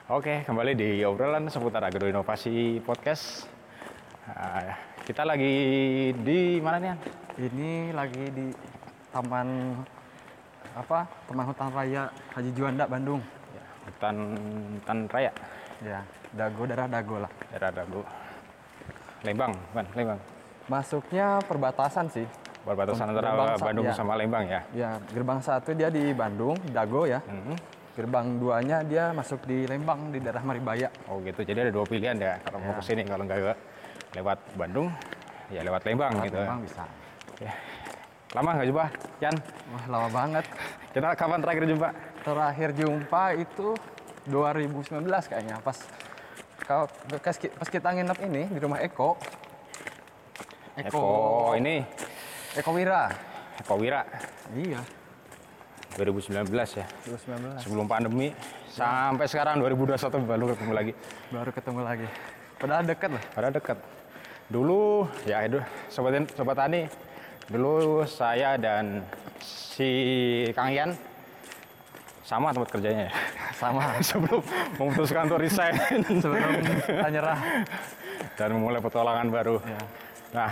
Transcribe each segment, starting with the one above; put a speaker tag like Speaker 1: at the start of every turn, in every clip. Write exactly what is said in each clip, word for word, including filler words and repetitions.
Speaker 1: Oke, kembali di obrolan seputar agroinovasi podcast. Uh, kita lagi di mana nih? An?
Speaker 2: Ini lagi di Taman apa? Taman Hutan Raya Haji Juanda, Bandung.
Speaker 1: Ya, hutan Hutan Raya.
Speaker 2: Ya, Dago, daerah Dago lah.
Speaker 1: Daerah Dago. Lembang, kan? Lembang.
Speaker 2: Masuknya perbatasan sih.
Speaker 1: Perbatasan antara Bandung ya. Sama Lembang ya?
Speaker 2: Ya, gerbang satu dia di Bandung, Dago ya. Mm-hmm. Gerbang duanya dia masuk di Lembang, di daerah Maribaya.
Speaker 1: Oh gitu, jadi ada dua pilihan ya kalau ya. Mau kesini. Kalau nggak lewat Bandung, ya lewat Lembang lewat gitu.
Speaker 2: Lembang bisa. Ya.
Speaker 1: Lama nggak jumpa, Yan?
Speaker 2: Wah, lama banget.
Speaker 1: Kita kapan terakhir jumpa?
Speaker 2: Terakhir jumpa itu dua ribu sembilan belas kayaknya, pas pas kita nginep ini di rumah Eko.
Speaker 1: Eko, Eko ini?
Speaker 2: Eko Wira.
Speaker 1: Eko Wira?
Speaker 2: Iya.
Speaker 1: dua ribu sembilan belas ya?
Speaker 2: dua ribu sembilan belas.
Speaker 1: Sebelum pandemi, ya. Sampai sekarang dua ribu dua puluh satu baru ketemu lagi.
Speaker 2: Baru ketemu lagi. Padahal dekat lah.
Speaker 1: Padahal dekat. Dulu, ya itu, sobat, sobat Tani, dulu saya dan si Kang Ian sama tempat kerjanya.
Speaker 2: Sama.
Speaker 1: Sebelum memutuskan untuk resign.
Speaker 2: Sebelum nyerah.
Speaker 1: Dan memulai petualangan baru.
Speaker 2: Ya.
Speaker 1: Nah,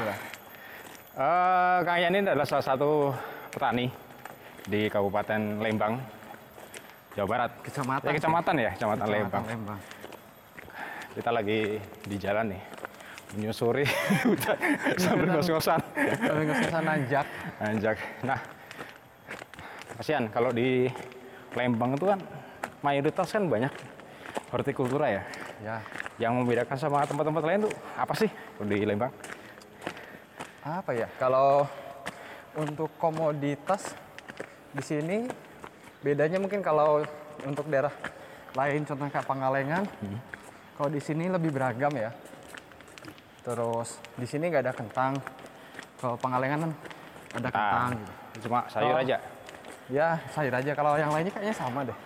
Speaker 1: uh, Kang Ian ini adalah salah satu petani di Kabupaten Lembang, Jawa Barat.
Speaker 2: Kecamatan.
Speaker 1: Ya, kecamatan ya, Kecamatan, kecamatan Lembang.
Speaker 2: Lembang.
Speaker 1: Kita lagi di jalan nih, menyusuri hutan sambil ngos-ngosan.
Speaker 2: Sambil ngos-ngosan nanjak.
Speaker 1: Nanjak. Nah, kasihan kalau di Lembang itu kan mayoritas kan banyak hortikultura ya.
Speaker 2: Ya.
Speaker 1: Yang membedakan sama tempat-tempat lain tuh apa sih di Lembang?
Speaker 2: Apa ya? Kalau untuk komoditas di sini bedanya mungkin kalau untuk daerah lain contohnya kayak Pangalengan, hmm. kalau di sini lebih beragam ya. Terus di sini nggak ada kentang. Kalau Pangalengan kan ada kentang.
Speaker 1: Gitu. Cuma sayur oh, aja.
Speaker 2: Ya sayur aja. Kalau yang lainnya kayaknya sama deh.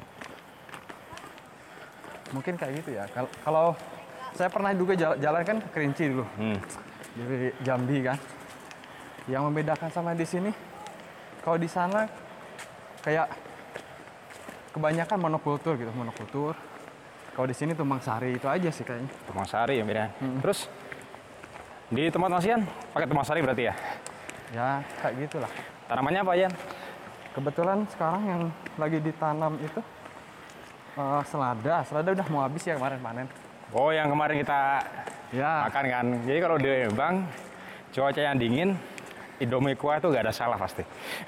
Speaker 2: Mungkin kayak gitu ya. Kalau kalau saya pernah juga jalan, jalan kan ke Kerinci dulu, hmm. di Jambi kan. Yang membedakan sama di sini, kalau di sana kayak kebanyakan monokultur gitu, monokultur. Kalau di sini tumpang sari itu aja sih kayaknya.
Speaker 1: Tumpang sari ya beda. Hmm. Terus di tempat Mas Ian pakai tumpang sari berarti ya?
Speaker 2: Ya kayak gitulah.
Speaker 1: Tanamannya apa Ian?
Speaker 2: Kebetulan sekarang yang lagi ditanam itu uh, selada. Selada udah mau habis ya kemarin panen.
Speaker 1: Oh yang kemarin kita ya. makan kan. Jadi kalau di Lembang cuaca yang dingin, Indomie kuah itu nggak ada salah pasti.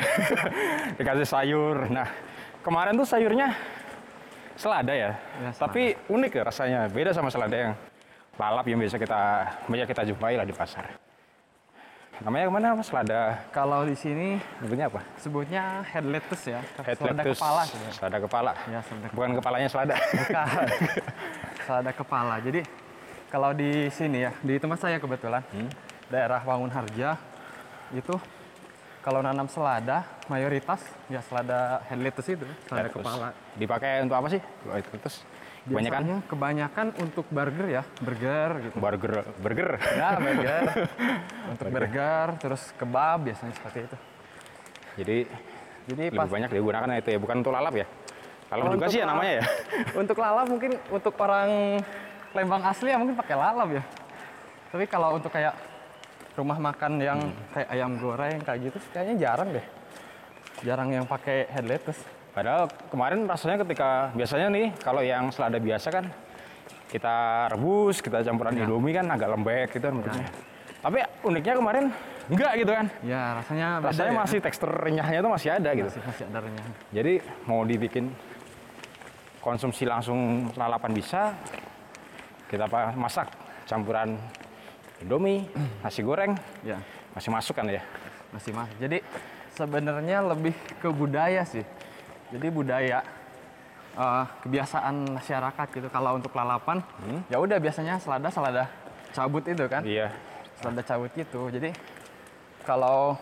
Speaker 1: Dikasih sayur. Nah, kemarin tuh sayurnya selada ya. ya Tapi unik ya rasanya. Beda sama selada yang lalap yang biasa kita biasa kita jumpai lah di pasar. Namanya kemana Mas? Selada.
Speaker 2: Kalau di sini
Speaker 1: sebutnya apa?
Speaker 2: Sebutnya head lettuce ya.
Speaker 1: Head
Speaker 2: selada
Speaker 1: lettuce.
Speaker 2: Kepala.
Speaker 1: Selada kepala.
Speaker 2: Ya, selada
Speaker 1: Bukan kepala. Kepalanya selada.
Speaker 2: Bukan. Selada kepala. Jadi kalau di sini ya, di tempat saya kebetulan, hmm? daerah Wangun Harja, itu kalau nanam selada mayoritas ya selada head lettuce itu selada lettuce. Kepala
Speaker 1: dipakai untuk apa sih lettuce? Kebanyakan
Speaker 2: kebanyakan untuk burger ya, burger gitu.
Speaker 1: Burger, burger.
Speaker 2: Ya burger. Untuk burger. burger, terus kebab biasanya seperti itu.
Speaker 1: Jadi,
Speaker 2: jadi
Speaker 1: lebih pas, banyak digunakan itu ya, bukan untuk lalap ya? Lalap juga sih ya namanya ya.
Speaker 2: Untuk lalap mungkin untuk orang Lembang asli ya mungkin pakai lalap ya. Tapi kalau untuk kayak rumah makan yang hmm. kayak ayam goreng kayak gitu kayaknya jarang deh, jarang yang pakai head lettuce.
Speaker 1: Padahal kemarin rasanya ketika biasanya nih kalau yang selada biasa kan kita rebus, kita campuran ya. Indomie kan agak lembek gitu kan menurutnya. Ya. Tapi uniknya kemarin enggak gitu kan?
Speaker 2: Ya rasanya
Speaker 1: rasanya
Speaker 2: beda,
Speaker 1: masih
Speaker 2: ya?
Speaker 1: Tekstur renyahnya tuh masih ada gitu.
Speaker 2: Masih, masih ada renyah.
Speaker 1: Jadi mau dibikin konsumsi langsung lalapan bisa, kita masak campuran Indomie, nasi goreng, ya masih masuk kan ya?
Speaker 2: Masih masuk. Jadi sebenarnya lebih ke budaya sih. Jadi budaya uh, kebiasaan masyarakat gitu. Kalau untuk lalapan, hmm? ya udah biasanya selada selada cabut itu kan?
Speaker 1: Iya.
Speaker 2: Selada cabut gitu. Jadi kalau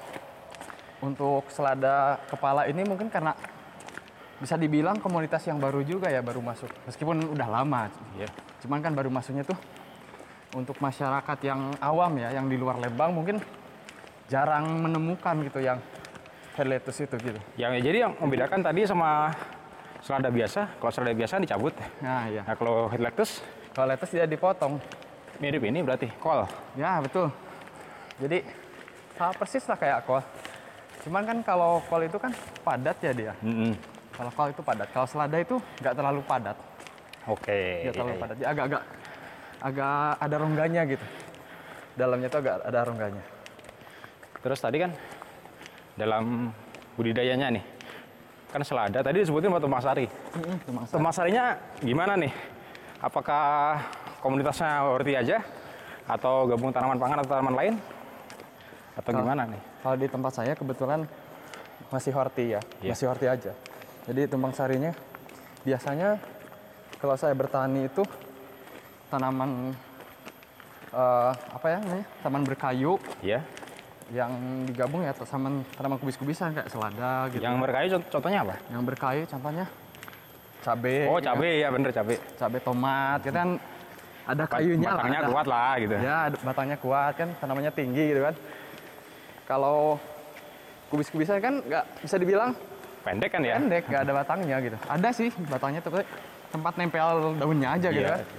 Speaker 2: untuk selada kepala ini mungkin karena bisa dibilang komunitas yang baru juga ya, baru masuk. Meskipun udah lama.
Speaker 1: Iya.
Speaker 2: Cuman kan baru masuknya tuh untuk masyarakat yang awam ya, yang di luar Lembang mungkin jarang menemukan gitu yang head lettuce itu gitu.
Speaker 1: Yang jadi yang membedakan tadi sama selada biasa. Kalau selada biasa dicabut.
Speaker 2: Nah, iya.
Speaker 1: Nah, kalau head lettuce
Speaker 2: Kalau lettuce dia dipotong.
Speaker 1: mirip ini berarti kol.
Speaker 2: Ya, betul. Jadi sama persis lah kayak kol. Cuman kan kalau kol itu kan padat ya dia.
Speaker 1: Mm-mm.
Speaker 2: Kalau kol itu padat. Kalau selada itu nggak terlalu padat.
Speaker 1: Oke.
Speaker 2: Nggak terlalu
Speaker 1: iya, iya.
Speaker 2: padat. Dia agak-agak agak ada rongganya gitu. Dalamnya tuh agak ada rongganya.
Speaker 1: Terus tadi kan dalam budidayanya nih, kan selada tadi disebutin sama Tumbang Sari. Tumbang Sarinya gimana nih? Apakah komunitasnya horti aja? Atau gabung tanaman pangan atau tanaman lain? Atau
Speaker 2: Kalau-
Speaker 1: gimana nih?
Speaker 2: Kalau di tempat saya kebetulan masih horti ya,
Speaker 1: Iya.
Speaker 2: masih horti aja. Jadi tumbang sarinya biasanya kalau saya bertani itu tanaman eh, apa ya namanya? Tanaman berkayu
Speaker 1: Ya.
Speaker 2: yang digabung ya tanaman tanaman kubis-kubisan kayak selada gitu.
Speaker 1: Yang berkayu cont- contohnya apa?
Speaker 2: Yang berkayu contohnya cabe.
Speaker 1: Oh,
Speaker 2: gitu kan.
Speaker 1: cabai ya, bener cabai.
Speaker 2: Cabe tomat, kita kan ada kayunya lah.
Speaker 1: Batangnya
Speaker 2: ada-
Speaker 1: kuat lah gitu.
Speaker 2: Ya, ada- batangnya kuat kan, tanamannya tinggi gitu kan. Kalau kubis-kubisan kan nggak bisa dibilang
Speaker 1: Pendek kan ya?
Speaker 2: pendek, nggak ada batangnya gitu. Ada sih batangnya, tapi tempat nempel daunnya aja gitu
Speaker 1: Iya.
Speaker 2: kan.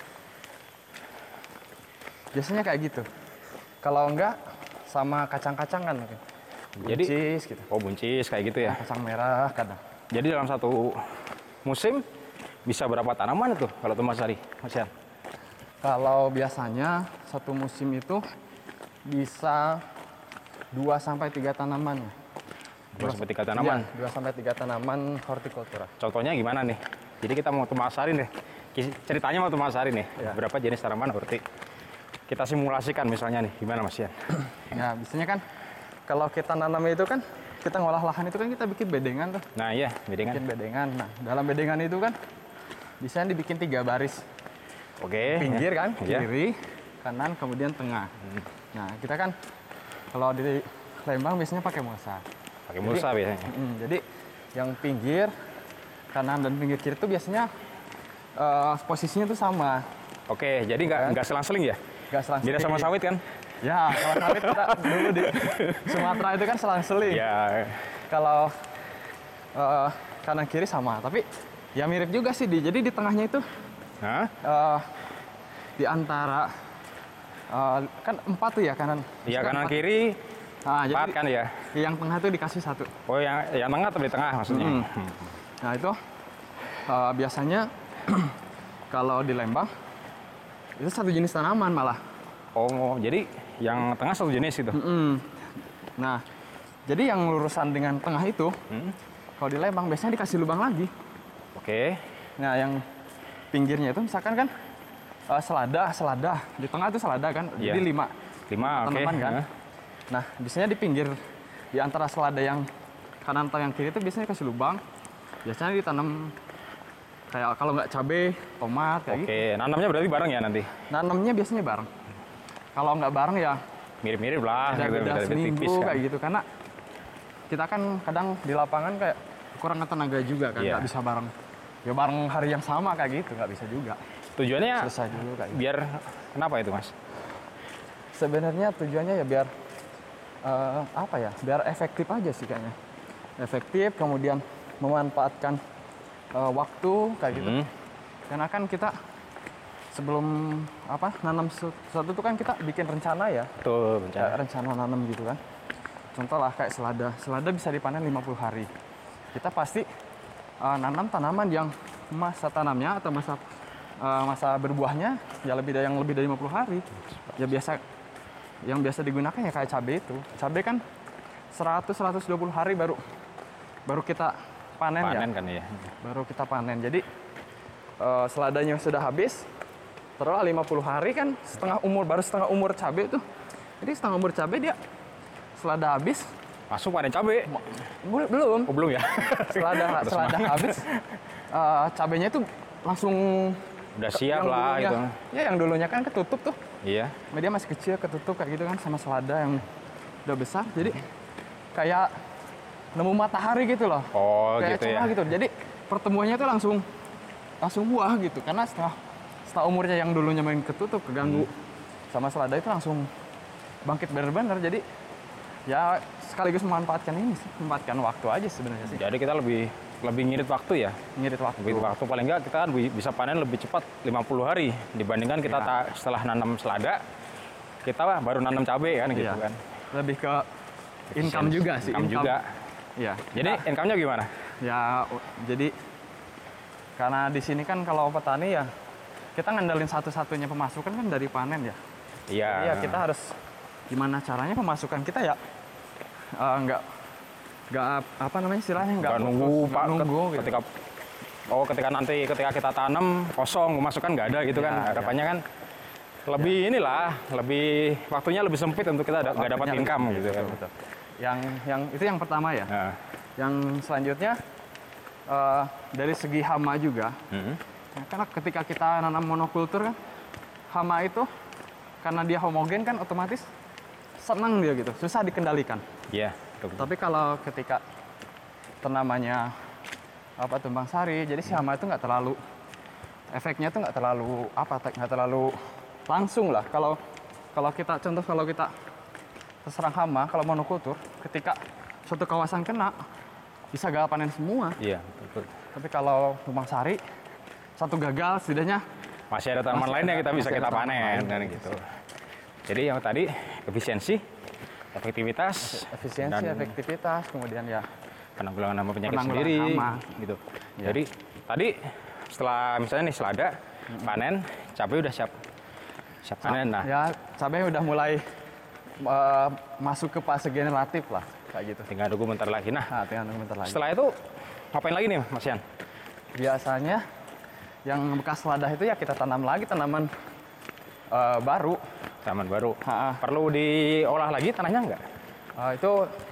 Speaker 2: Biasanya kayak gitu. Kalau enggak sama kacang-kacangan mungkin.
Speaker 1: Jadi-
Speaker 2: Buncis gitu.
Speaker 1: Oh, buncis kayak gitu ya.
Speaker 2: Kacang merah kadang.
Speaker 1: Jadi dalam satu musim bisa berapa tanaman itu kalau Tumbang Sari, Mas Yan?
Speaker 2: Kalau biasanya satu musim itu bisa dua sampai tiga tanaman.
Speaker 1: Dua sampai tiga tanaman.
Speaker 2: Iya, dua sampai tiga tanaman hortikultura.
Speaker 1: Contohnya gimana nih? Jadi kita mau Tumbang Sari nih. Kis- Ceritanya mau Tumbang Sari nih.
Speaker 2: Ya.
Speaker 1: Berapa jenis tanaman horti? Kita simulasikan misalnya nih, gimana Mas Yan?
Speaker 2: Ya, biasanya kan kalau kita nanam itu kan kita ngolah lahan itu kan kita bikin bedengan tuh.
Speaker 1: Nah iya, bedengan.
Speaker 2: Bikin bedengan. Nah, dalam bedengan itu kan bisa dibikin tiga baris.
Speaker 1: Oke.
Speaker 2: Pinggir
Speaker 1: ya.
Speaker 2: kan,
Speaker 1: Iya.
Speaker 2: kiri, kanan, kemudian tengah. Nah, kita kan kalau di Lembang biasanya pakai mulsa.
Speaker 1: Pakai mulsa biasanya.
Speaker 2: Mm, jadi yang pinggir, kanan dan pinggir kiri itu biasanya eh, posisinya tuh sama.
Speaker 1: Oke, jadi nggak
Speaker 2: Kan?
Speaker 1: nggak selang-seling ya?
Speaker 2: Gak selang
Speaker 1: Beda sama sawit kan?
Speaker 2: Ya, kalau sawit kita dulu di Sumatera itu kan selang-seling.
Speaker 1: Ya.
Speaker 2: Kalau eh, kanan kiri sama, tapi ya mirip juga sih. Di, jadi di tengahnya itu
Speaker 1: Hah?
Speaker 2: eh, di antara eh, kan empat tuh ya kanan.
Speaker 1: Iya,
Speaker 2: Kan
Speaker 1: kanan
Speaker 2: empat.
Speaker 1: kiri
Speaker 2: Nah, jadi
Speaker 1: empat kan ya?
Speaker 2: yang tengah tuh dikasih satu.
Speaker 1: Oh, yang yang tengah atau di tengah maksudnya?
Speaker 2: Mm.
Speaker 1: Hmm.
Speaker 2: Nah itu eh, biasanya kalau di Lembang itu satu jenis tanaman malah.
Speaker 1: Oh, jadi yang tengah satu jenis itu?
Speaker 2: Mm-mm. Nah, jadi yang lurusan dengan tengah itu,
Speaker 1: Hmm.
Speaker 2: kalau di Lembang biasanya dikasih lubang lagi.
Speaker 1: Oke.
Speaker 2: Nah, yang pinggirnya itu misalkan kan eh, selada, selada. Di tengah itu selada kan,
Speaker 1: Iya.
Speaker 2: jadi lima
Speaker 1: Lima, oke.
Speaker 2: tanaman kan.
Speaker 1: Hah?
Speaker 2: Nah, biasanya di pinggir, di antara selada yang kanan atau yang kiri itu biasanya dikasih lubang. Biasanya ditanam kayak kalau nggak cabai, tomat, kayak gitu.
Speaker 1: Oke, nanamnya berarti bareng ya nanti?
Speaker 2: Nanamnya biasanya bareng. Kalau nggak bareng ya
Speaker 1: Mirip-mirip lah,
Speaker 2: beda
Speaker 1: gitu,
Speaker 2: beda
Speaker 1: beda-beda
Speaker 2: seminggu
Speaker 1: tipis kan?
Speaker 2: kayak gitu. Karena kita kan kadang di lapangan kayak kekurangan tenaga juga kan,
Speaker 1: Iya.
Speaker 2: nggak bisa bareng. Ya bareng hari yang sama kayak gitu, nggak bisa juga.
Speaker 1: Tujuannya
Speaker 2: Selesai dulu kayak gitu.
Speaker 1: biar kenapa itu Mas?
Speaker 2: Sebenarnya tujuannya ya biar eh, apa ya? Biar efektif aja sih kayaknya. Efektif, kemudian memanfaatkan eh, waktu kayak gitu.
Speaker 1: Hmm.
Speaker 2: Karena kan kita sebelum apa nanam sesuatu itu kan kita bikin rencana ya.
Speaker 1: Betul, bencana.
Speaker 2: Kayak rencana nanam gitu kan. Contoh lah kayak selada. Selada bisa dipanen lima puluh hari. Kita pasti uh, nanam tanaman yang masa tanamnya atau masa uh, masa berbuahnya ya lebih dari yang lebih dari lima puluh hari. Ya biasa yang biasa digunakan ya kayak cabai itu. Cabai kan seratus sampai seratus dua puluh hari baru baru kita panen, ya.
Speaker 1: Panen kan ya?
Speaker 2: Baru kita panen. Jadi uh, seladanya sudah habis. Terus lima puluh hari kan setengah umur, baru setengah umur cabai tuh. Jadi setengah umur cabai dia selada habis.
Speaker 1: Langsung panen cabai?
Speaker 2: Bel- Belum.
Speaker 1: Oh, belum ya?
Speaker 2: Selada
Speaker 1: Terus
Speaker 2: selada
Speaker 1: main.
Speaker 2: habis eh, cabainya itu langsung
Speaker 1: Udah siap
Speaker 2: yang
Speaker 1: lah
Speaker 2: dulunya-
Speaker 1: gitu.
Speaker 2: Ya yang dulunya kan ketutup tuh.
Speaker 1: Iya.
Speaker 2: Media masih kecil ketutup kayak gitu kan sama selada yang udah besar. Jadi kayak nemu matahari gitu loh.
Speaker 1: Oh,
Speaker 2: Kayak
Speaker 1: gitu ya.
Speaker 2: cerah gitu. Jadi pertumbuhannya tuh langsung langsung buah gitu karena setelah setelah umurnya yang dulunya main ketutup keganggu sama selada itu langsung bangkit bener-bener. Jadi ya sekaligus memanfaatkan ini sih, memanfaatkan waktu aja sebenarnya sih.
Speaker 1: Jadi kita lebih lebih ngirit waktu ya.
Speaker 2: Ngirit waktu.
Speaker 1: Ngirit waktu paling enggak kita kan bi- bisa panen lebih cepat lima puluh hari dibandingkan kita
Speaker 2: Iya.
Speaker 1: ta- setelah nanam selada kita baru nanam cabai kan gitu
Speaker 2: Iya.
Speaker 1: kan.
Speaker 2: Lebih ke income juga sih.
Speaker 1: Income juga.
Speaker 2: Iya.
Speaker 1: Jadi
Speaker 2: Kita-
Speaker 1: income-nya gimana?
Speaker 2: ya u- jadi karena di sini kan kalau petani ya kita ngandelin satu-satunya pemasukan kan dari panen ya.
Speaker 1: Iya.
Speaker 2: Jadi ya kita harus gimana caranya pemasukan kita ya eh, nggak nggak apa namanya istilahnya nggak
Speaker 1: nggak nunggu
Speaker 2: nggak
Speaker 1: pak
Speaker 2: nunggu gitu.
Speaker 1: ketika oh ketika nanti ketika kita tanam kosong pemasukan nggak ada gitu
Speaker 2: Ya,
Speaker 1: kan
Speaker 2: ya.
Speaker 1: harapannya kan lebih inilah lebih waktunya lebih sempit untuk kita da- nggak dapat
Speaker 2: Waktunya
Speaker 1: income
Speaker 2: lebih-
Speaker 1: gitu kan.
Speaker 2: betul, betul. Yang yang itu yang pertama ya.
Speaker 1: Nah,
Speaker 2: Yang selanjutnya eh, dari segi hama juga.
Speaker 1: mm,
Speaker 2: Ya, karena ketika kita nanam monokultur kan hama itu karena dia homogen kan otomatis senang dia gitu, susah dikendalikan.
Speaker 1: iya betul, betul.
Speaker 2: Tapi kalau ketika tanamannya apa tumbang sari, jadi si hama itu nggak terlalu efeknya tuh nggak terlalu apa nggak terlalu langsung lah. Kalau kalau kita contoh kalau kita terserang hama kalau monokultur, ketika suatu kawasan kena bisa gagal panen semua.
Speaker 1: Iya betul.
Speaker 2: Tapi kalau tumbang sari satu gagal setidaknya
Speaker 1: Masih ada tanaman
Speaker 2: Masih
Speaker 1: lain yang
Speaker 2: ada-
Speaker 1: kita bisa
Speaker 2: masih
Speaker 1: kita
Speaker 2: ada tanaman
Speaker 1: panen
Speaker 2: lain.
Speaker 1: kan gitu. Jadi yang tadi efisiensi, efektivitas,
Speaker 2: efisiensi,
Speaker 1: dan
Speaker 2: efektivitas, kemudian ya
Speaker 1: penanggulangan hama penyakit
Speaker 2: Penanggulangan
Speaker 1: sendiri
Speaker 2: hama.
Speaker 1: gitu.
Speaker 2: Ya.
Speaker 1: Jadi tadi setelah misalnya nih selada panen, cabai udah siap siap panen. Nah,
Speaker 2: ya cabai udah mulai eh, masuk ke fase generatif lah kayak gitu.
Speaker 1: tinggal nunggu bentar lagi. Nah,
Speaker 2: Nah, tinggal tunggu bentar lagi.
Speaker 1: setelah itu ngapain lagi nih Mas Yan?
Speaker 2: Biasanya yang bekas lada itu ya kita tanam lagi tanaman eh, baru.
Speaker 1: Tanaman baru.
Speaker 2: Ha-ha.
Speaker 1: Perlu diolah lagi tanahnya nggak?
Speaker 2: Eh, itu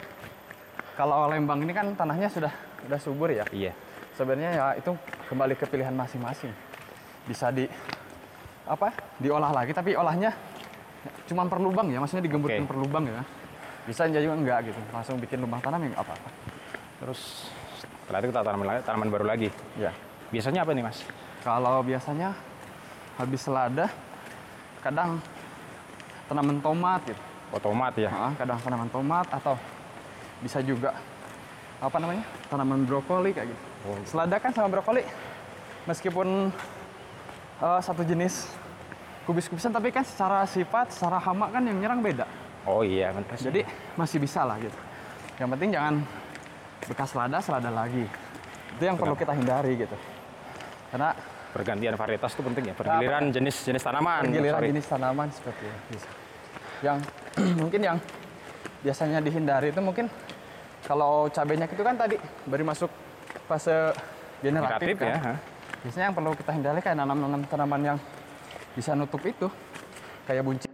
Speaker 2: kalau Lembang ini kan tanahnya sudah sudah subur ya.
Speaker 1: Iya.
Speaker 2: Sebenarnya ya itu kembali ke pilihan masing-masing. Bisa di apa? Diolah lagi tapi olahnya cuma per lubang ya, maksudnya digemburin
Speaker 1: Oke.
Speaker 2: per lubang ya. Bisa juga enggak gitu. Langsung bikin lubang tanam ya nggak apa-apa.
Speaker 1: Terus setelah itu kita tanaman lagi, tanaman baru lagi.
Speaker 2: Ya.
Speaker 1: Biasanya apa nih Mas?
Speaker 2: Kalau biasanya habis selada kadang tanaman tomat gitu.
Speaker 1: Oh, tomat ya.
Speaker 2: Ah, kadang tanaman tomat atau bisa juga apa namanya? Tanaman brokoli kayak gitu.
Speaker 1: Oh.
Speaker 2: Selada kan sama brokoli meskipun eh, satu jenis kubis-kubisan tapi kan secara sifat, secara hama kan yang nyerang beda.
Speaker 1: Oh iya, benar.
Speaker 2: Jadi masih bisa lah gitu. Yang penting jangan bekas selada, selada lagi. Itu yang perlu kita hindari gitu. Karena
Speaker 1: pergantian varietas itu penting ya. Pergiliran jenis-jenis tanaman.
Speaker 2: giliran
Speaker 1: Sorry.
Speaker 2: jenis tanaman seperti itu. Bisa. Yang mungkin yang biasanya dihindari itu mungkin kalau cabenya itu kan tadi baru masuk fase generatif,
Speaker 1: Generatif
Speaker 2: kan.
Speaker 1: ya. ha?
Speaker 2: Biasanya yang perlu kita hindari kayak nanam-nanam tanaman yang bisa nutup itu kayak buncis.